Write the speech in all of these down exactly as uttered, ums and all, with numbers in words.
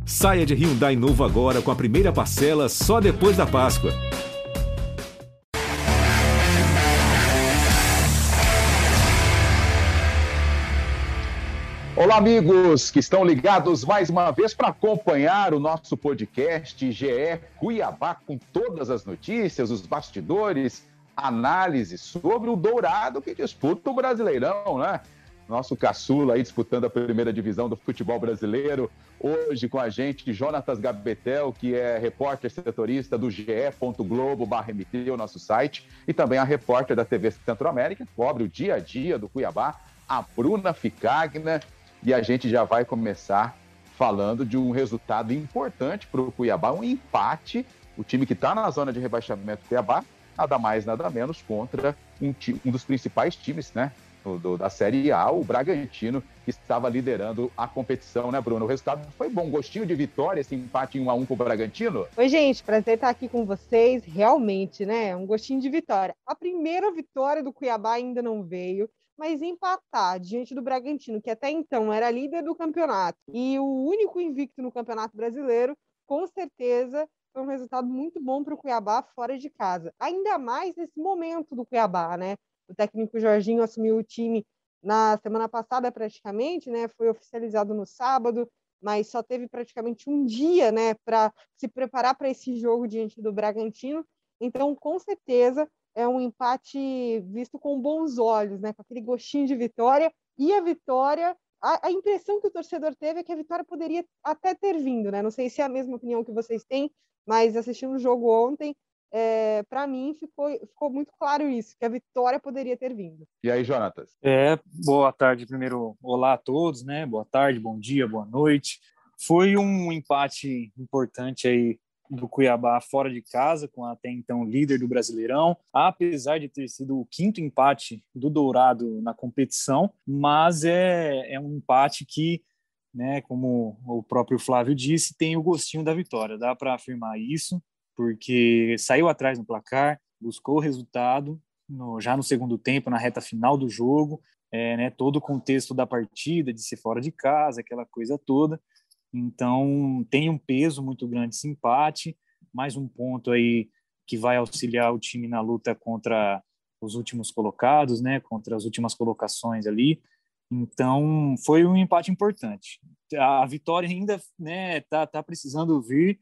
Saia de Hyundai novo agora com a primeira parcela só depois da Páscoa. Olá, amigos que estão ligados mais uma vez para acompanhar o nosso podcast G E Cuiabá, com todas as notícias, os bastidores, análise sobre o Dourado que disputa o Brasileirão, né? Nosso caçula aí disputando a primeira divisão do futebol brasileiro. Hoje com a gente, Jonatas Gabetel, que é repórter setorista do G E Globo barra M T, o nosso site, e também a repórter da T V Centro-América, que cobre o dia a dia do Cuiabá, a Bruna Ficagna. E a gente já vai começar falando de um resultado importante para o Cuiabá, um empate. O time que está na zona de rebaixamento do Cuiabá, nada mais, nada menos, contra um, um dos principais times, né, do, do, da Série A, o Bragantino, que estava liderando a competição, né, Bruno? O resultado foi bom, gostinho de vitória, esse empate em um a um com o Bragantino. Oi, gente, prazer estar aqui com vocês. Realmente, né, um gostinho de vitória. A primeira vitória do Cuiabá ainda não veio, mas empatar diante do Bragantino, que até então era líder do campeonato e o único invicto no Campeonato Brasileiro, com certeza foi um resultado muito bom para o Cuiabá fora de casa. Ainda mais nesse momento do Cuiabá, né? O técnico Jorginho assumiu o time na semana passada praticamente, né? Foi oficializado no sábado, mas só teve praticamente um dia, né, para se preparar para esse jogo diante do Bragantino. Então, com certeza, é um empate visto com bons olhos, né? Com aquele gostinho de vitória. E a vitória, a, a impressão que o torcedor teve é que a vitória poderia até ter vindo, né? Não sei se é a mesma opinião que vocês têm, mas assistindo o jogo ontem, é, para mim ficou, ficou muito claro isso, que a vitória poderia ter vindo. E aí, Jonatas? É, boa tarde primeiro, olá a todos, né? Boa tarde, bom dia, boa noite. Foi um empate importante aí do Cuiabá fora de casa, com até então líder do Brasileirão, apesar de ter sido o quinto empate do Dourado na competição, mas é, é um empate que, né, como o próprio Flávio disse, tem o gostinho da vitória, dá para afirmar isso, porque saiu atrás no placar, buscou o resultado, no, já no segundo tempo, na reta final do jogo, é, né, todo o contexto da partida, de ser fora de casa, aquela coisa toda. Então, tem um peso muito grande esse empate, mais um ponto aí que vai auxiliar o time na luta contra os últimos colocados, né, contra as últimas colocações ali. Então, foi um empate importante. A vitória ainda, né, tá, tá precisando vir,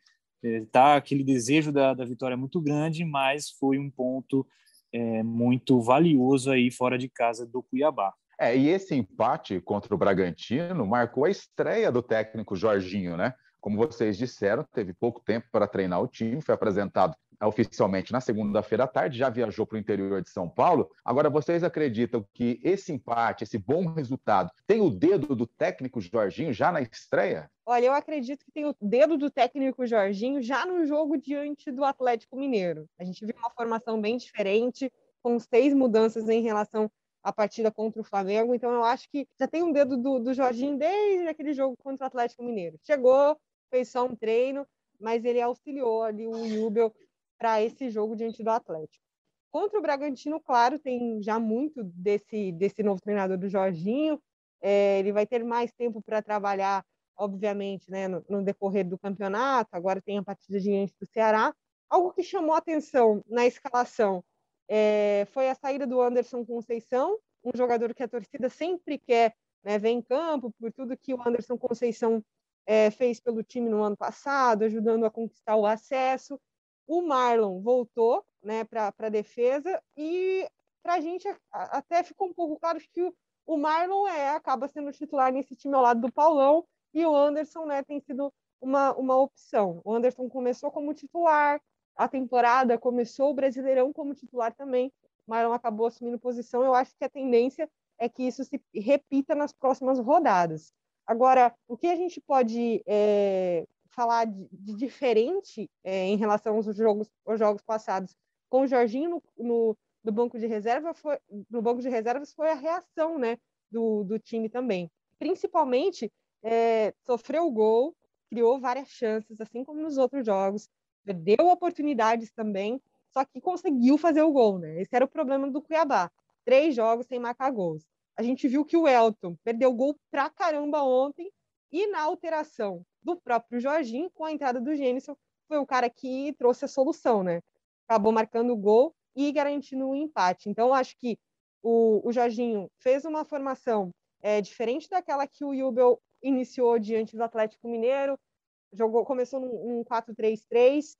tá aquele desejo da, da vitória muito grande, mas foi um ponto é, muito valioso aí fora de casa do Cuiabá. É, e esse empate contra o Bragantino marcou a estreia do técnico Jorginho, né? Como vocês disseram, teve pouco tempo para treinar o time, foi apresentado oficialmente na segunda-feira à tarde, já viajou para o interior de São Paulo. Agora, vocês acreditam que esse empate, esse bom resultado, tem o dedo do técnico Jorginho já na estreia? Olha, eu acredito que tem o dedo do técnico Jorginho já no jogo diante do Atlético Mineiro. A gente viu uma formação bem diferente, com seis mudanças em relação a partida contra o Flamengo, então eu acho que já tem um dedo do, do Jorginho desde aquele jogo contra o Atlético Mineiro. Chegou, fez só um treino, mas ele auxiliou ali o Jubel para esse jogo diante do Atlético. Contra o Bragantino, claro, tem já muito desse, desse novo treinador do Jorginho, é, ele vai ter mais tempo para trabalhar, obviamente, né, no, no decorrer do campeonato, agora tem a partida diante do Ceará. Algo que chamou a atenção na escalação É, foi a saída do Anderson Conceição, um jogador que a torcida sempre quer, né, ver em campo, por tudo que o Anderson Conceição é, fez pelo time no ano passado, ajudando a conquistar o acesso. O Marlon voltou, né, para a defesa, e para a gente até ficou um pouco claro que o, o Marlon é, acaba sendo titular nesse time ao lado do Paulão, e o Anderson, né, tem sido uma, uma opção. O Anderson começou como titular, a temporada começou o Brasileirão como titular também, Marlon acabou assumindo posição. Eu acho que a tendência é que isso se repita nas próximas rodadas. Agora, o que a gente pode é, falar de, de diferente é, em relação aos jogos, aos jogos passados com o Jorginho no, no, no banco de reserva foi, no banco de reservas foi a reação, né, do, do time também. Principalmente, é, sofreu o gol, criou várias chances, assim como nos outros jogos, perdeu oportunidades também, só que conseguiu fazer o gol, né? Esse era o problema do Cuiabá. Três jogos sem marcar gols. A gente viu que o Elton perdeu gol pra caramba ontem e na alteração do próprio Jorginho, com a entrada do Gênison, foi o cara que trouxe a solução, né? Acabou marcando o gol e garantindo o empate. Então, acho que o, o Jorginho fez uma formação é, diferente daquela que o Jubel iniciou diante do Atlético Mineiro, jogou, começou num, num quatro três três,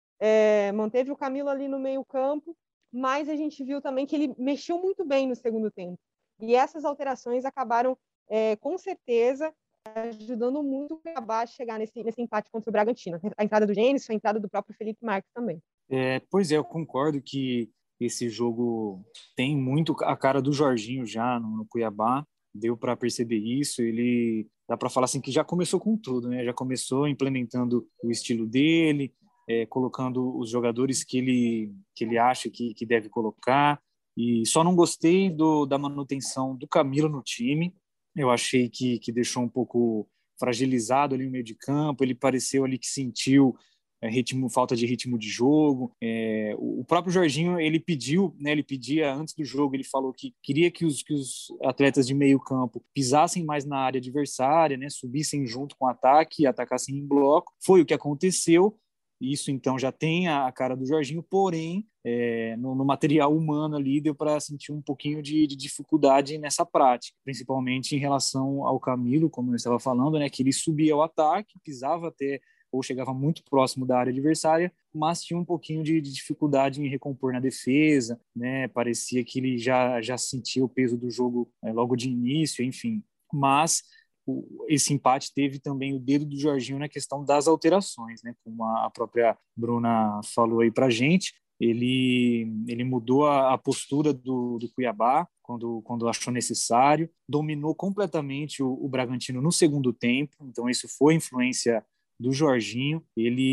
é, manteve o Camilo ali no meio campo, mas a gente viu também que ele mexeu muito bem no segundo tempo. E essas alterações acabaram, é, com certeza, ajudando muito o Cuiabá a chegar nesse, nesse empate contra o Bragantino. A entrada do Gênison, a entrada do próprio Felipe Marques também. É, pois é, eu concordo que esse jogo tem muito a cara do Jorginho já no, no Cuiabá. Deu para perceber isso. Ele dá para falar assim que já começou com tudo, né? Já começou implementando o estilo dele, é, colocando os jogadores que ele que ele acha que, que deve colocar. E só não gostei do, da manutenção do Camilo no time. Eu achei que, que deixou um pouco fragilizado ali no meio de campo. Ele pareceu ali que sentiu é, ritmo, falta de ritmo de jogo. É, o próprio Jorginho, ele pediu, né, ele pedia antes do jogo, ele falou que queria que os, que os atletas de meio campo pisassem mais na área adversária, né, subissem junto com o ataque, atacassem em bloco. Foi o que aconteceu. Isso, então, já tem a cara do Jorginho, porém, é, no, no material humano ali, deu para sentir um pouquinho de, de dificuldade nessa prática, principalmente em relação ao Camilo, como eu estava falando, né, que ele subia ao ataque, pisava até ou chegava muito próximo da área adversária, mas tinha um pouquinho de, de dificuldade em recompor na defesa, né, parecia que ele já, já sentia o peso do jogo é, logo de início, enfim, mas esse empate teve também o dedo do Jorginho na questão das alterações, né? Como a própria Bruna falou aí pra gente, ele, ele mudou a, a postura do, do Cuiabá quando, quando achou necessário, dominou completamente o, o Bragantino no segundo tempo, então isso foi influência do Jorginho.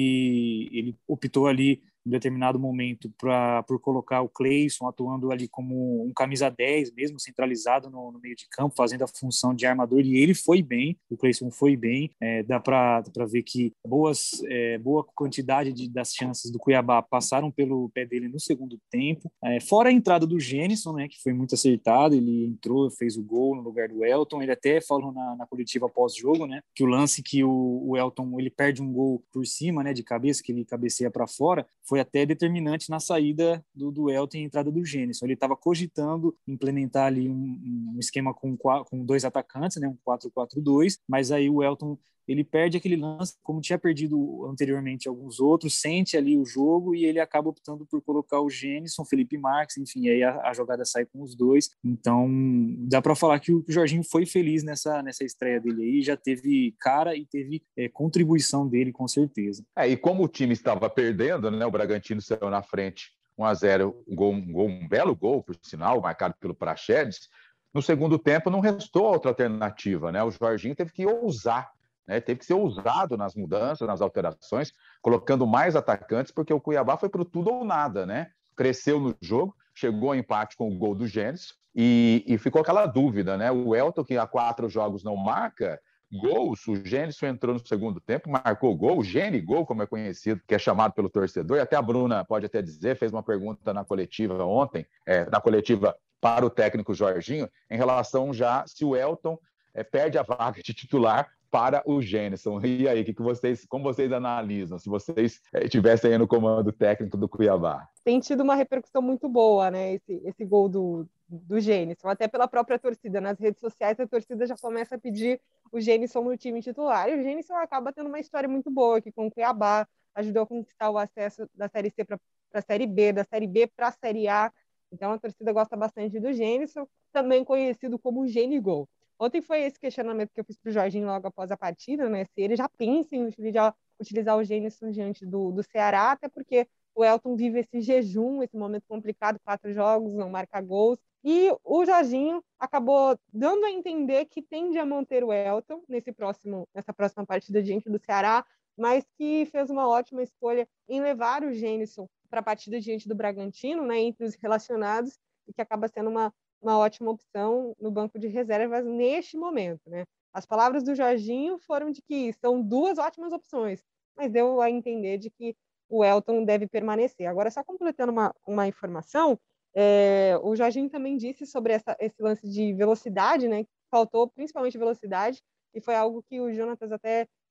Ele, ele optou ali em determinado momento pra, por colocar o Cleison atuando ali como um camisa dez mesmo, centralizado no, no meio de campo, fazendo a função de armador, e ele foi bem, o Cleison foi bem, é, dá para ver que boas, é, boa quantidade de, das chances do Cuiabá passaram pelo pé dele no segundo tempo, é, fora a entrada do Gênison, né, que foi muito acertado, ele entrou, fez o gol no lugar do Elton, ele até falou na, na coletiva pós-jogo, né, que o lance que o, o Elton, ele perde um gol por cima, né, de cabeça, que ele cabeceia para fora, foi até determinante na saída do, do Elton e a entrada do Gênison. Ele estava cogitando implementar ali um, um esquema com, com dois atacantes, né, um quatro quatro dois, mas aí o Elton ele perde aquele lance, como tinha perdido anteriormente alguns outros, sente ali o jogo e ele acaba optando por colocar o Gênison, Felipe Marques, enfim, aí a, a jogada sai com os dois. Então, dá para falar que o Jorginho foi feliz nessa, nessa estreia dele aí, já teve cara e teve é, contribuição dele, com certeza. É, e como o time estava perdendo, né, o Bragantino saiu na frente um a zero, um, gol, um, gol, um belo gol, por sinal, marcado pelo Praxedes. No segundo tempo, não restou outra alternativa, né? O Jorginho teve que ousar, né? Teve que ser ousado nas mudanças, nas alterações, colocando mais atacantes, porque o Cuiabá foi para o tudo ou nada, né? Cresceu no jogo, chegou ao empate com o gol do Gênison e, e ficou aquela dúvida, né? O Elton, que há quatro jogos não marca gols, o Gênison entrou no segundo tempo, marcou gol, o Gene Gol, como é conhecido, que é chamado pelo torcedor, e até a Bruna pode até dizer, fez uma pergunta na coletiva ontem, é, na coletiva para o técnico Jorginho, em relação já se o Elton é, perde a vaga de titular para o Gênison. E aí, que que vocês, como vocês analisam, se vocês estivessem aí no comando técnico do Cuiabá? Tem tido uma repercussão muito boa, né, esse, esse gol do, do Gênison, até pela própria torcida. Nas redes sociais, a torcida já começa a pedir o Gênison no time titular, e o Gênison acaba tendo uma história muito boa aqui com o Cuiabá, ajudou a conquistar o acesso da Série C para a Série B, da Série B para a Série A, então a torcida gosta bastante do Gênison, também conhecido como Gênigol. Ontem foi esse questionamento que eu fiz para o Jorginho logo após a partida, né? Se ele já pensa em utilizar, utilizar o Gênison diante do, do Ceará, até porque o Elton vive esse jejum, esse momento complicado, quatro jogos, não marca gols. E o Jorginho acabou dando a entender que tende a manter o Elton nesse próximo, nessa próxima partida diante do Ceará, mas que fez uma ótima escolha em levar o Gênison para a partida diante do Bragantino, né? Entre os relacionados, e que acaba sendo uma uma ótima opção no banco de reservas neste momento, né? As palavras do Jorginho foram de que são duas ótimas opções, mas deu a entender de que o Elton deve permanecer. Agora, só completando uma, uma informação, é, o Jorginho também disse sobre essa, esse lance de velocidade, né? Faltou principalmente velocidade, e foi algo que o Jonatas até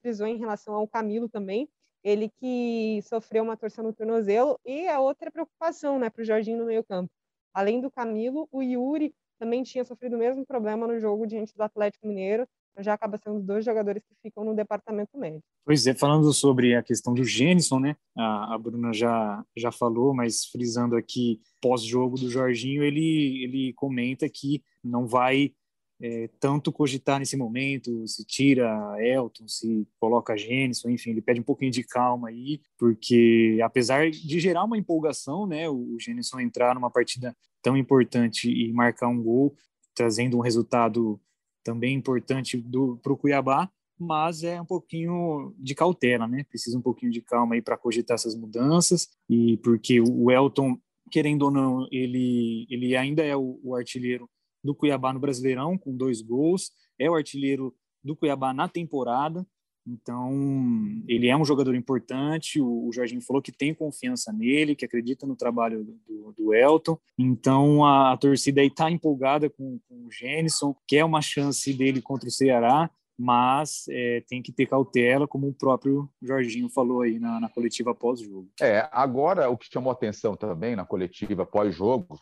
frisou em relação ao Camilo também, ele que sofreu uma torção no tornozelo, e a outra preocupação, né, para o Jorginho no meio campo. Além do Camilo, o Yuri também tinha sofrido o mesmo problema no jogo diante do Atlético Mineiro, já acaba sendo os dois jogadores que ficam no departamento médico. Pois é, falando sobre a questão do Gênison, né? A, a Bruna já, já falou, mas frisando aqui, pós-jogo do Jorginho, ele, ele comenta que não vai é, tanto cogitar nesse momento, se tira Elton, se coloca Gênison, enfim, ele pede um pouquinho de calma aí, porque apesar de gerar uma empolgação, né? O, o Gênison entrar numa partida tão importante e marcar um gol, trazendo um resultado também importante para o Cuiabá, mas é um pouquinho de cautela, né? Precisa um pouquinho de calma aí para cogitar essas mudanças, e porque o Elton, querendo ou não, ele, ele ainda é o, o artilheiro do Cuiabá no Brasileirão, com dois gols, é o artilheiro do Cuiabá na temporada, então ele é um jogador importante, o, o Jorginho falou que tem confiança nele, que acredita no trabalho do, do Elton, então a, a torcida aí está empolgada com, com o Gênison, quer uma chance dele contra o Ceará, mas é, tem que ter cautela, como o próprio Jorginho falou aí na, na coletiva pós-jogo. É, agora o que chamou atenção também na coletiva pós-jogo,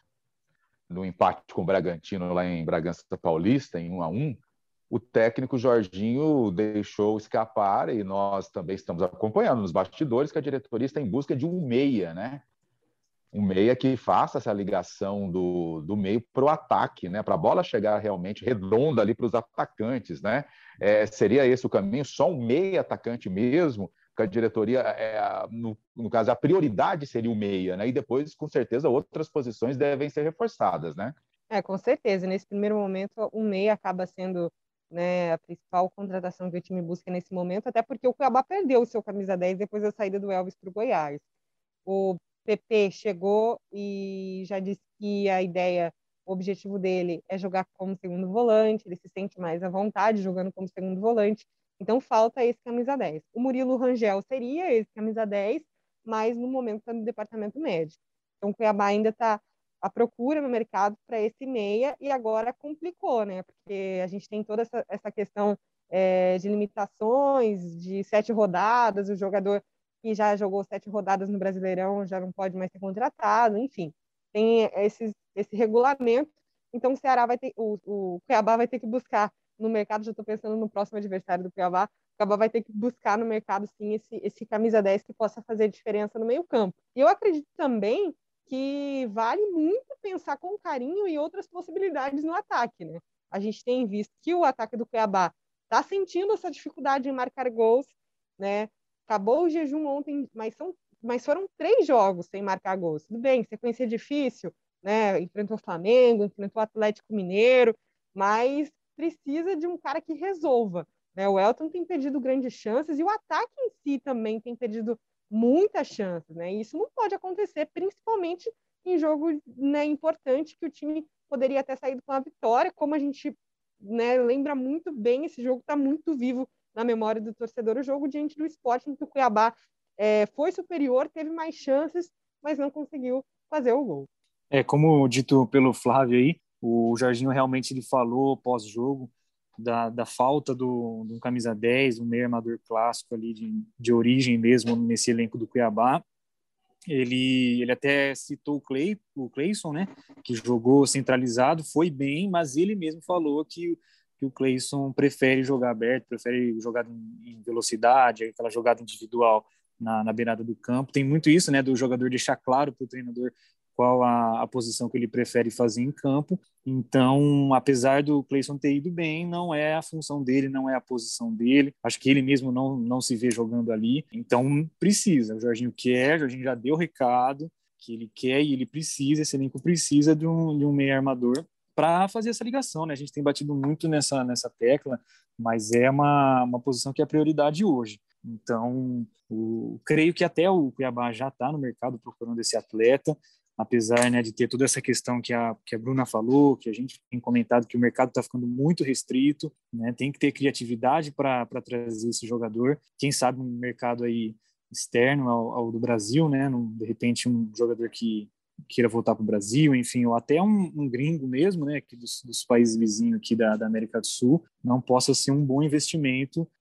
no empate com o Bragantino lá em Bragança Paulista, em um a um, o técnico Jorginho deixou escapar, e nós também estamos acompanhando nos bastidores, que a diretoria está em busca de um meia, né? Um meia que faça essa ligação do, do meio para o ataque, né? Para a bola chegar realmente redonda ali para os atacantes, né? É, seria esse o caminho? Só um meia atacante mesmo? Que a diretoria, é, no, no caso, a prioridade seria o meia, né? E depois, com certeza, outras posições devem ser reforçadas, né? É, com certeza. Nesse primeiro momento, o meia acaba sendo, né, a principal contratação que o time busca nesse momento, até porque o Cuiabá perdeu o seu camisa dez depois da saída do Elvis para o Goiás. O P P chegou e já disse que a ideia, o objetivo dele é jogar como segundo volante, ele se sente mais à vontade jogando como segundo volante, então falta esse camisa dez. O Murilo Rangel seria esse camisa dez, mas no momento está no departamento médico. Então o Cuiabá ainda está à procura no mercado para esse meia, e agora complicou, né? Porque a gente tem toda essa, essa questão é, de limitações, de sete rodadas, o jogador que já jogou sete rodadas no Brasileirão já não pode mais ser contratado, enfim, tem esses, esse regulamento. Então o Ceará vai ter, o, o Cuiabá vai ter que buscar no mercado, já estou pensando no próximo adversário do Cuiabá, o Cuiabá vai ter que buscar no mercado, sim, esse, esse camisa dez que possa fazer diferença no meio campo. E eu acredito também que vale muito pensar com carinho em outras possibilidades no ataque, né? A gente tem visto que o ataque do Cuiabá está sentindo essa dificuldade em marcar gols, né? Acabou o jejum ontem, mas, são, mas foram três jogos sem marcar gols. Tudo bem, sequência difícil, né? Enfrentou o Flamengo, enfrentou o Atlético Mineiro, mas precisa de um cara que resolva, né? O Elton tem perdido grandes chances e o ataque em si também tem perdido muitas chances, né? E isso não pode acontecer, principalmente em jogo, né, importante, que o time poderia ter saído com a vitória, como a gente, né, lembra muito bem, esse jogo está muito vivo na memória do torcedor, o jogo diante do Sport, em que o Cuiabá é, foi superior, teve mais chances, mas não conseguiu fazer o gol. É, como dito pelo Flávio aí, o Jorginho realmente ele falou pós-jogo da, da falta do, do camisa dez, um meio armador clássico ali de, de origem mesmo nesse elenco do Cuiabá. Ele, ele até citou o, Clay, o Cleison, né, que jogou centralizado, foi bem, mas ele mesmo falou que que o Cleison prefere jogar aberto, prefere jogar em velocidade, aquela jogada individual na, na beirada do campo. Tem muito isso, né, do jogador deixar claro para o treinador qual a, a posição que ele prefere fazer em campo. Então, apesar do Cleison ter ido bem, não é a função dele, não é a posição dele. Acho que ele mesmo não, não se vê jogando ali. Então, precisa. O Jorginho quer, o Jorginho já deu o recado que ele quer e ele precisa, esse elenco precisa de um, de um meio armador para fazer essa ligação, né? A gente tem batido muito nessa, nessa tecla, mas é uma, uma posição que é prioridade hoje. Então, o, creio que até o Cuiabá já está no mercado procurando esse atleta, apesar, né, de ter toda essa questão que a, que a Bruna falou, que a gente tem comentado que o mercado está ficando muito restrito, né? Tem que ter criatividade para trazer esse jogador. Quem sabe um mercado aí externo ao, ao do Brasil, né? Num, de repente um jogador que queira voltar para o Brasil, enfim, ou até um, um gringo mesmo, né, aqui dos, dos países vizinhos aqui da, da América do Sul, não possa ser um bom investimento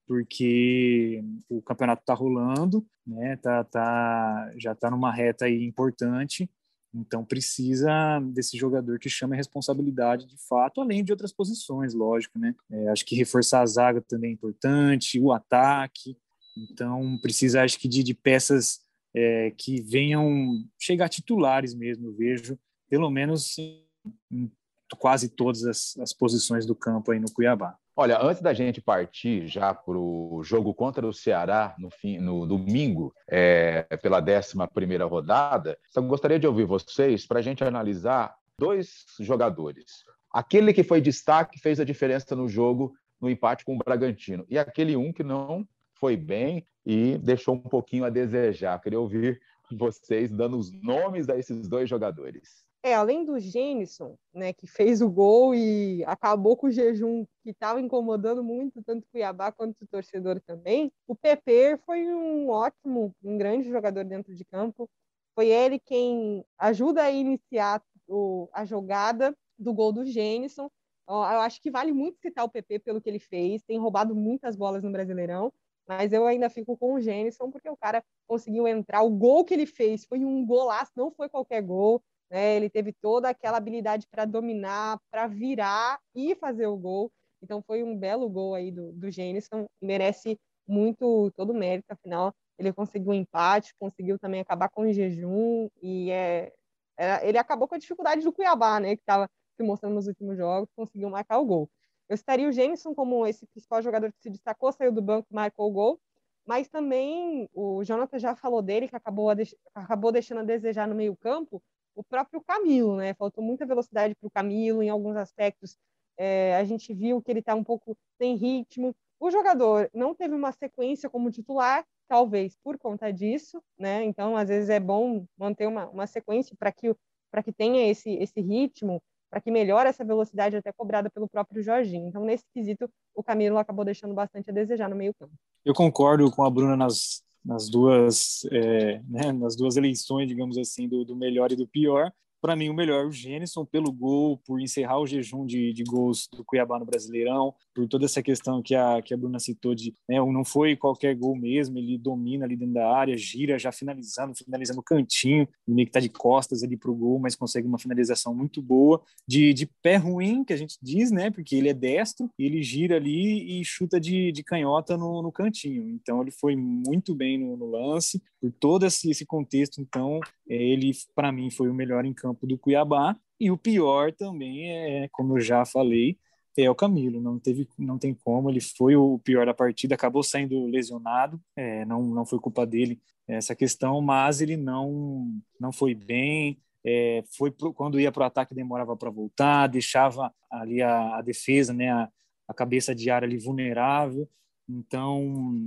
porque o campeonato está rolando, né? Tá, tá, já está numa reta aí importante, então precisa desse jogador que chame a responsabilidade de fato, além de outras posições, lógico, né? É, acho que reforçar a zaga também é importante, o ataque, então precisa, acho que, de, de peças é, que venham chegar titulares mesmo, eu vejo, pelo menos em, em quase todas as, as posições do campo aí no Cuiabá. Olha, antes da gente partir já para o jogo contra o Ceará no, fim, no domingo, é, pela décima primeira rodada, só gostaria de ouvir vocês para a gente analisar dois jogadores. Aquele que foi destaque, fez a diferença no jogo, no empate com o Bragantino, e aquele um que não foi bem e deixou um pouquinho a desejar. Queria ouvir vocês dando os nomes a esses dois jogadores. É, além do Gênison, né, que fez o gol e acabou com o jejum que estava incomodando muito tanto o Cuiabá quanto o torcedor também, o Pepe foi um ótimo, um grande jogador dentro de campo. Foi ele quem ajuda a iniciar o, a jogada do gol do Gênison. Eu acho que vale muito citar o Pepe pelo que ele fez, tem roubado muitas bolas no Brasileirão, mas eu ainda fico com o Gênison porque o cara conseguiu entrar. O gol que ele fez foi um golaço, não foi qualquer gol. Né? Ele teve toda aquela habilidade para dominar, para virar e fazer o gol. Então foi um belo gol aí do, do Gênison, merece muito todo o mérito, afinal ele conseguiu um empate, conseguiu também acabar com o jejum e é, é, ele acabou com a dificuldade do Cuiabá, né, que estava se mostrando nos últimos jogos, conseguiu marcar o gol. Eu estaria o Gênison como esse principal jogador que se destacou, saiu do banco e marcou o gol, mas também o Jonathan já falou dele, que acabou, a de, acabou deixando a desejar no meio campo, o próprio Camilo, né? Faltou muita velocidade para o Camilo em alguns aspectos. É, a gente viu que ele está um pouco sem ritmo. O jogador não teve uma sequência como titular, talvez por conta disso, né? Então, às vezes é bom manter uma, uma sequência para que, para que tenha esse, esse ritmo, para que melhore essa velocidade até cobrada pelo próprio Jorginho. Então, nesse quesito, o Camilo acabou deixando bastante a desejar no meio-campo. Eu concordo com a Bruna nas nas duas, é, né, nas duas eleições, digamos assim, do, do melhor e do pior. Para mim, o melhor é o Gênison, pelo gol, por encerrar o jejum de, de gols do Cuiabá no Brasileirão, por toda essa questão que a, que a Bruna citou de, né, não foi qualquer gol mesmo, ele domina ali dentro da área, gira já finalizando, finalizando o cantinho, meio que tá de costas ali pro gol, mas consegue uma finalização muito boa, de, de pé ruim, que a gente diz, né, porque ele é destro, e ele gira ali e chuta de, de canhota no, no cantinho, então ele foi muito bem no, no lance, por todo esse, esse contexto, então ele, para mim, foi o melhor em campo do Cuiabá, e o pior também é, como eu já falei, é o Camilo, não teve, não tem como, ele foi o pior da partida, acabou saindo lesionado, é, não, não foi culpa dele essa questão, mas ele não, não foi bem, é, foi pro, quando ia para o ataque demorava para voltar, deixava ali a, a defesa, né, a, a cabeça de área ali vulnerável, então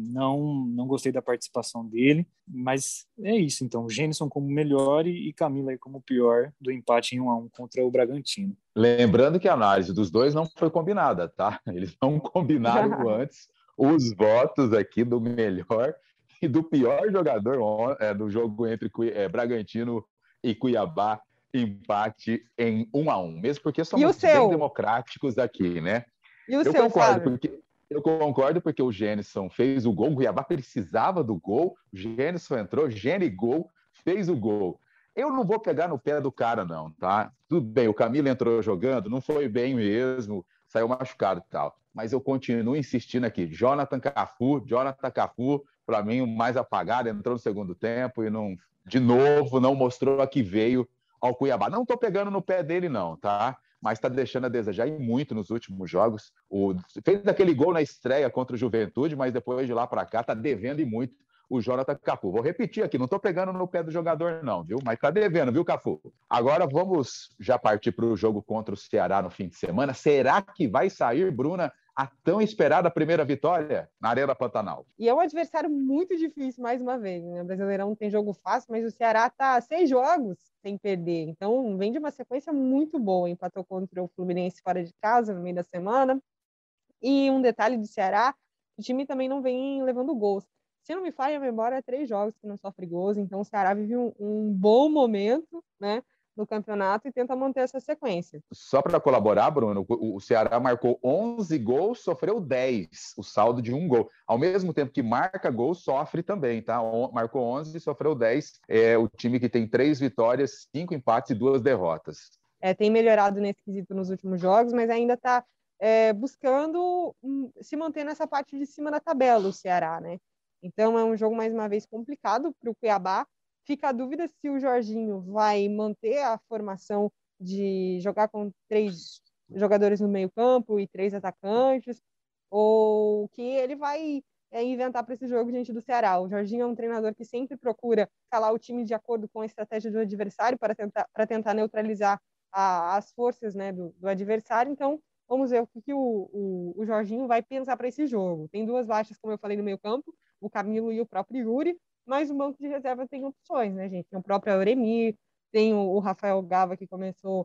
não não gostei da participação dele, mas é isso, então o Gênison como melhor e, e Camilo aí como pior do empate em um a um contra o Bragantino. Lembrando que a análise dos dois não foi combinada, tá? Eles não combinaram antes os votos aqui do melhor e do pior jogador é, do jogo entre é, Bragantino e Cuiabá, empate em um a um, mesmo porque somos bem democráticos aqui, né? E o Eu seu, concordo, Fábio? porque Eu concordo porque o Gênison fez o gol, o Cuiabá precisava do gol, o Gênison entrou, Gene gol, fez o gol. Eu não vou pegar no pé do cara, não, tá? Tudo bem, o Camilo entrou jogando, não foi bem mesmo, saiu machucado e tal. Mas eu continuo insistindo aqui. Jonathan Cafu, Jonathan Cafu, para mim, o mais apagado, entrou no segundo tempo e não, de novo, não mostrou a que veio ao Cuiabá. Não estou pegando no pé dele, não, tá? Mas está deixando a desejar e muito nos últimos jogos. O, fez aquele gol na estreia contra o Juventude, mas depois de lá para cá está devendo e muito o Jonathan Cafu. Vou repetir aqui, não estou pegando no pé do jogador não, viu? Mas está devendo, viu, Cafu? Agora vamos já partir para o jogo contra o Ceará no fim de semana. Será que vai sair, Bruna, a tão esperada primeira vitória na Arena Pantanal? E é um adversário muito difícil, mais uma vez, né? O Brasileirão não tem jogo fácil, mas o Ceará está seis jogos sem perder. Então, vem de uma sequência muito boa. Empatou contra o Fluminense fora de casa no meio da semana. E um detalhe do Ceará, o time também não vem levando gols. Se não me falha a memória, é três jogos que não sofre gols. Então, o Ceará vive um, um bom momento, né? no campeonato e tenta manter essa sequência. Só para colaborar, Bruno, o Ceará marcou onze gols, sofreu dez, o saldo de um gol. Ao mesmo tempo que marca gol, sofre também, tá? Marcou onze, sofreu dez. É o time que tem três vitórias, cinco empates e duas derrotas. É, tem melhorado nesse quesito nos últimos jogos, mas ainda está é, buscando um, se manter nessa parte de cima da tabela, o Ceará, né? Então é um jogo, mais uma vez, complicado para o Cuiabá. Fica a dúvida se o Jorginho vai manter a formação de jogar com três jogadores no meio-campo e três atacantes, ou que ele vai é, inventar para esse jogo diante do Ceará. O Jorginho é um treinador que sempre procura calar o time de acordo com a estratégia do adversário para tentar, para tentar neutralizar a, as forças, né, do, do adversário. Então, vamos ver o que, que o, o, o Jorginho vai pensar para esse jogo. Tem duas baixas, como eu falei, no meio-campo, o Camilo e o próprio Yuri, mas o banco de reserva tem opções, né, gente? Tem o próprio Auremir, tem o, o Rafael Gava, que começou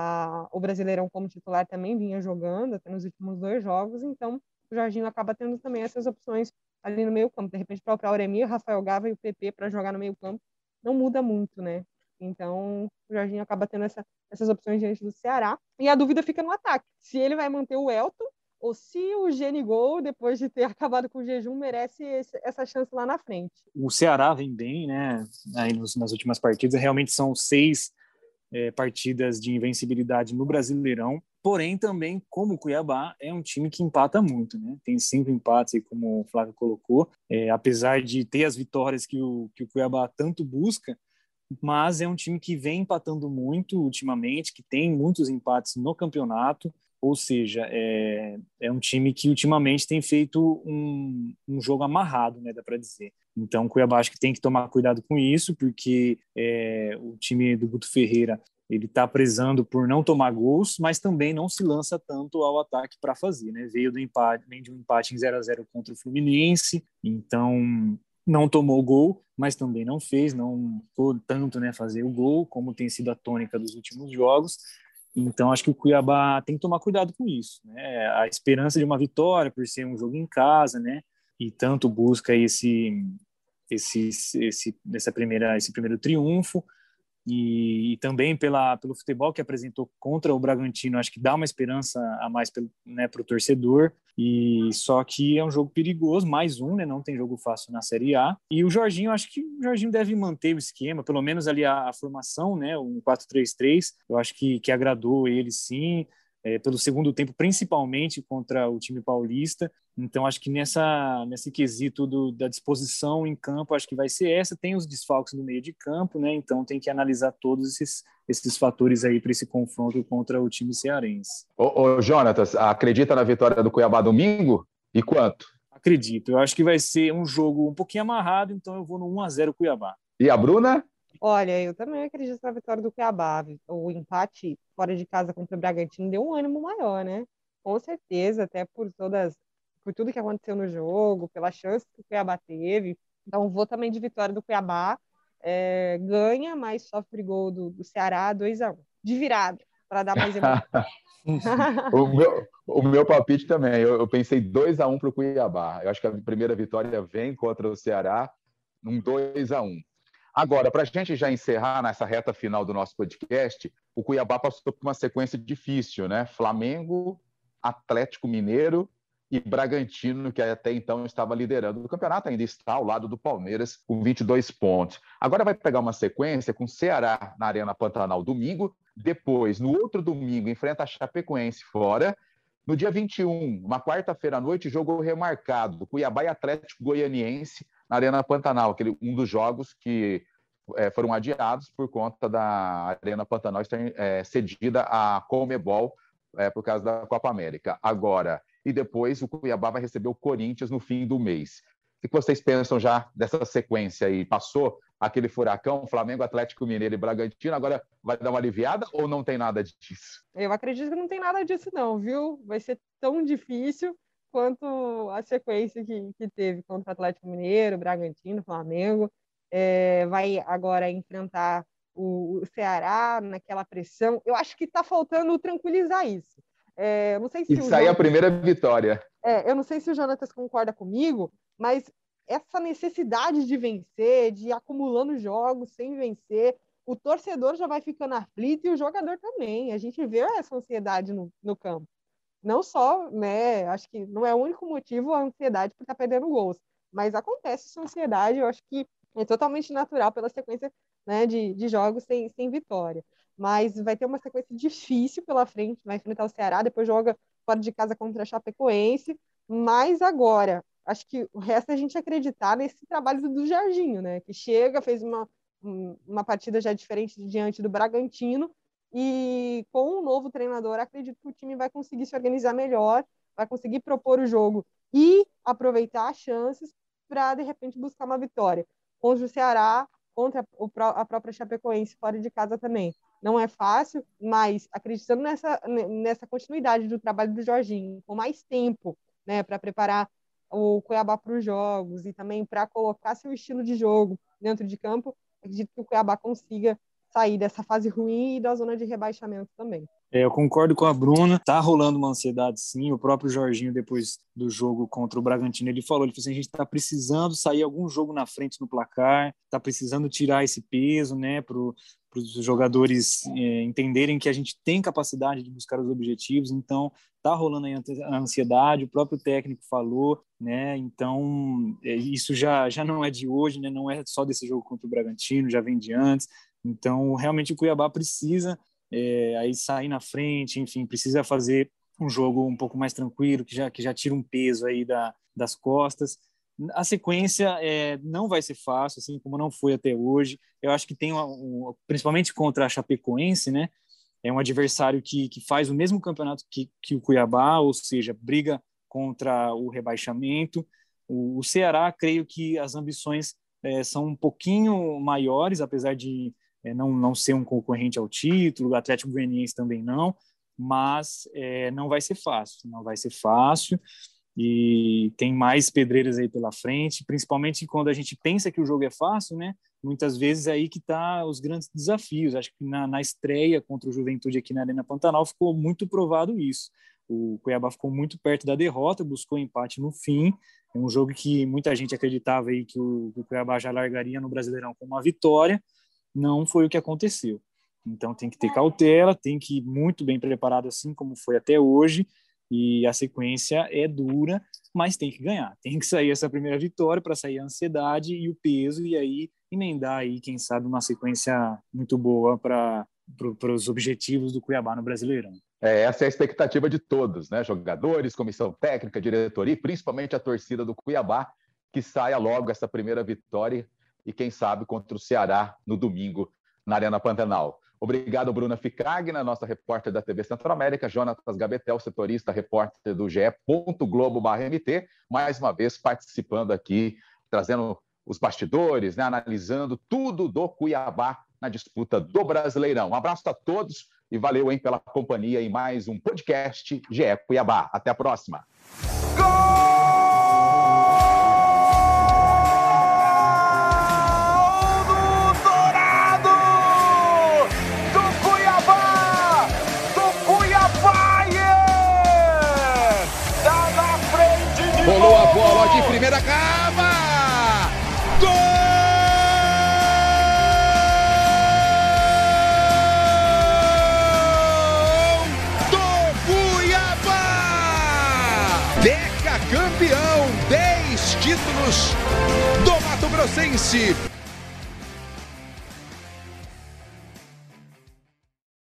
a, o Brasileirão como titular, também vinha jogando até nos últimos dois jogos, então o Jorginho acaba tendo também essas opções ali no meio campo. De repente, o próprio Auremir, Rafael Gava e o P P para jogar no meio campo não muda muito, né? Então, o Jorginho acaba tendo essa, essas opções diante do Ceará. E a dúvida fica no ataque. Se ele vai manter o Elton, ou se o Genigot, depois de ter acabado com o jejum, merece esse, essa chance lá na frente. O Ceará vem bem, né? Aí nos, nas últimas partidas, realmente são seis é, partidas de invencibilidade no Brasileirão. Porém, também, como o Cuiabá, é um time que empata muito, né? Tem cinco empates, aí, como o Flávio colocou. É, apesar de ter as vitórias que o, que o Cuiabá tanto busca, mas é um time que vem empatando muito ultimamente, que tem muitos empates no campeonato. Ou seja, é, é um time que ultimamente tem feito um, um jogo amarrado, né, dá para dizer. Então, o Cuiabá acho que tem que tomar cuidado com isso, porque é, o time do Guto Ferreira ele está prezando por não tomar gols, mas também não se lança tanto ao ataque para fazer, né? Veio do empate, vem de um empate em zero a zero contra o Fluminense, então não tomou gol, mas também não fez, não foi tanto, né, fazer o gol, como tem sido a tônica dos últimos jogos. Então, acho que o Cuiabá tem que tomar cuidado com isso, né? A esperança de uma vitória por ser um jogo em casa, né? E tanto busca esse, esse, esse, essa primeira, esse primeiro triunfo. E, e também pela, pelo futebol que apresentou contra o Bragantino, acho que dá uma esperança a mais para, né, o torcedor. E só que é um jogo perigoso, mais um, né? Não tem jogo fácil na Série A. E o Jorginho, acho que o Jorginho deve manter o esquema, pelo menos ali a, a formação, né? Um quatro três três, eu acho que, que agradou ele, sim. É, pelo segundo tempo, principalmente contra o time paulista. Então, acho que nessa, nesse quesito do, da disposição em campo, acho que vai ser essa. Tem os desfalques no meio de campo, né? Então tem que analisar todos esses, esses fatores aí para esse confronto contra o time cearense. Ô, ô, Jonatas, acredita na vitória do Cuiabá domingo? E quanto? Acredito. Eu acho que vai ser um jogo um pouquinho amarrado, então eu vou no um a zero Cuiabá. E a Bruna? Olha, eu também acredito na vitória do Cuiabá. O empate fora de casa contra o Bragantino deu um ânimo maior, né? Com certeza, até por todas, por tudo que aconteceu no jogo, pela chance que o Cuiabá teve. Então, vou também de vitória do Cuiabá. É, ganha, mas sofre gol do, do Ceará, dois a um. De virada, para dar mais emoção. o, meu, o meu palpite também. Eu, eu pensei dois a um para o Cuiabá. Eu acho que a primeira vitória vem contra o Ceará, um dois a um. Agora, para a gente já encerrar nessa reta final do nosso podcast, o Cuiabá passou por uma sequência difícil, né? Flamengo, Atlético Mineiro e Bragantino, que até então estava liderando o campeonato, ainda está ao lado do Palmeiras, com vinte e dois pontos. Agora vai pegar uma sequência com Ceará na Arena Pantanal domingo, depois, no outro domingo, enfrenta a Chapecoense fora. No dia vinte e um, uma quarta-feira à noite, jogo remarcado, Cuiabá e Atlético Goianiense na Arena Pantanal, aquele, um dos jogos que é, foram adiados por conta da Arena Pantanal estar é, cedida à Conmebol é, por causa da Copa América. Agora, e depois o Cuiabá vai receber o Corinthians no fim do mês. O que vocês pensam já dessa sequência aí? Passou aquele furacão, Flamengo, Atlético Mineiro e Bragantino, agora vai dar uma aliviada ou não tem nada disso? Eu acredito que não tem nada disso não, viu? Vai ser tão difícil quanto a sequência que, que teve contra o Atlético Mineiro, Bragantino, Flamengo. É, vai agora enfrentar o, o Ceará naquela pressão. Eu acho que está faltando tranquilizar isso. É, eu não sei se isso aí é a primeira vitória. É, eu não sei se o Jonatas concorda comigo, mas essa necessidade de vencer, de ir acumulando jogos sem vencer, o torcedor já vai ficando aflito e o jogador também. A gente vê essa ansiedade no, no campo. Não só, né, acho que não é o único motivo a ansiedade por estar perdendo gols, mas acontece essa ansiedade, eu acho que é totalmente natural pela sequência, né, de, de jogos sem, sem vitória. Mas vai ter uma sequência difícil pela frente, vai enfrentar o Ceará, depois joga fora de casa contra a Chapecoense, mas agora, acho que o resto é a gente acreditar nesse trabalho do, do Jorginho, né, que chega, fez uma, uma partida já diferente diante do Bragantino, e com um novo treinador, acredito que o time vai conseguir se organizar melhor, vai conseguir propor o jogo e aproveitar as chances para, de repente, buscar uma vitória. Contra o Ceará, contra a própria Chapecoense, fora de casa também. Não é fácil, mas acreditando nessa, nessa continuidade do trabalho do Jorginho, com mais tempo, né, para preparar o Cuiabá para os jogos e também para colocar seu estilo de jogo dentro de campo, acredito que o Cuiabá consiga sair dessa fase ruim e da zona de rebaixamento também. É, eu concordo com a Bruna, tá rolando uma ansiedade sim, o próprio Jorginho depois do jogo contra o Bragantino, ele falou, ele falou assim, a gente tá precisando sair algum jogo na frente no placar, tá precisando tirar esse peso, né, pro, pros jogadores é, entenderem que a gente tem capacidade de buscar os objetivos, então tá rolando aí a ansiedade, o próprio técnico falou, né, então é, isso já, já não é de hoje, né, não é só desse jogo contra o Bragantino, já vem de antes. Então, realmente, o Cuiabá precisa é, aí sair na frente, enfim, precisa fazer um jogo um pouco mais tranquilo, que já, que já tira um peso aí da, das costas. A sequência é, não vai ser fácil, assim como não foi até hoje. Eu acho que tem, uma, um, principalmente contra a Chapecoense, né? É um adversário que, que faz o mesmo campeonato que, que o Cuiabá, ou seja, briga contra o rebaixamento. O, o Ceará, creio que as ambições é, são um pouquinho maiores, apesar de É, não, não ser um concorrente ao título, o Atlético Goianiense também não, mas é, não vai ser fácil, não vai ser fácil e tem mais pedreiras aí pela frente, principalmente quando a gente pensa que o jogo é fácil, né? Muitas vezes é aí que tá os grandes desafios. Acho que na, na estreia contra o Juventude aqui na Arena Pantanal ficou muito provado isso. O Cuiabá ficou muito perto da derrota, buscou empate no fim. É um jogo que muita gente acreditava aí que o, que o Cuiabá já largaria no Brasileirão com uma vitória. Não foi o que aconteceu. Então tem que ter cautela, tem que ir muito bem preparado, assim como foi até hoje, e a sequência é dura, mas tem que ganhar. Tem que sair essa primeira vitória para sair a ansiedade e o peso, e aí emendar aí, quem sabe, uma sequência muito boa para para os objetivos do Cuiabá no Brasileirão. É, essa é a expectativa de todos, né? Jogadores, comissão técnica, diretoria e principalmente a torcida do Cuiabá, que saia logo essa primeira vitória e quem sabe contra o Ceará no domingo na Arena Pantanal. Obrigado, Bruna Ficagna, nossa repórter da T V Centro-América, Jonatas Gabetel, setorista, repórter do G E Globo barra M T, mais uma vez participando aqui, trazendo os bastidores, né, analisando tudo do Cuiabá na disputa do Brasileirão. Um abraço a todos e valeu, hein, pela companhia em mais um podcast G E Cuiabá. Até a próxima. Rolou a bola de primeira cava! Gol do Cuiabá! Decacampeão, dez títulos do Mato Grossense.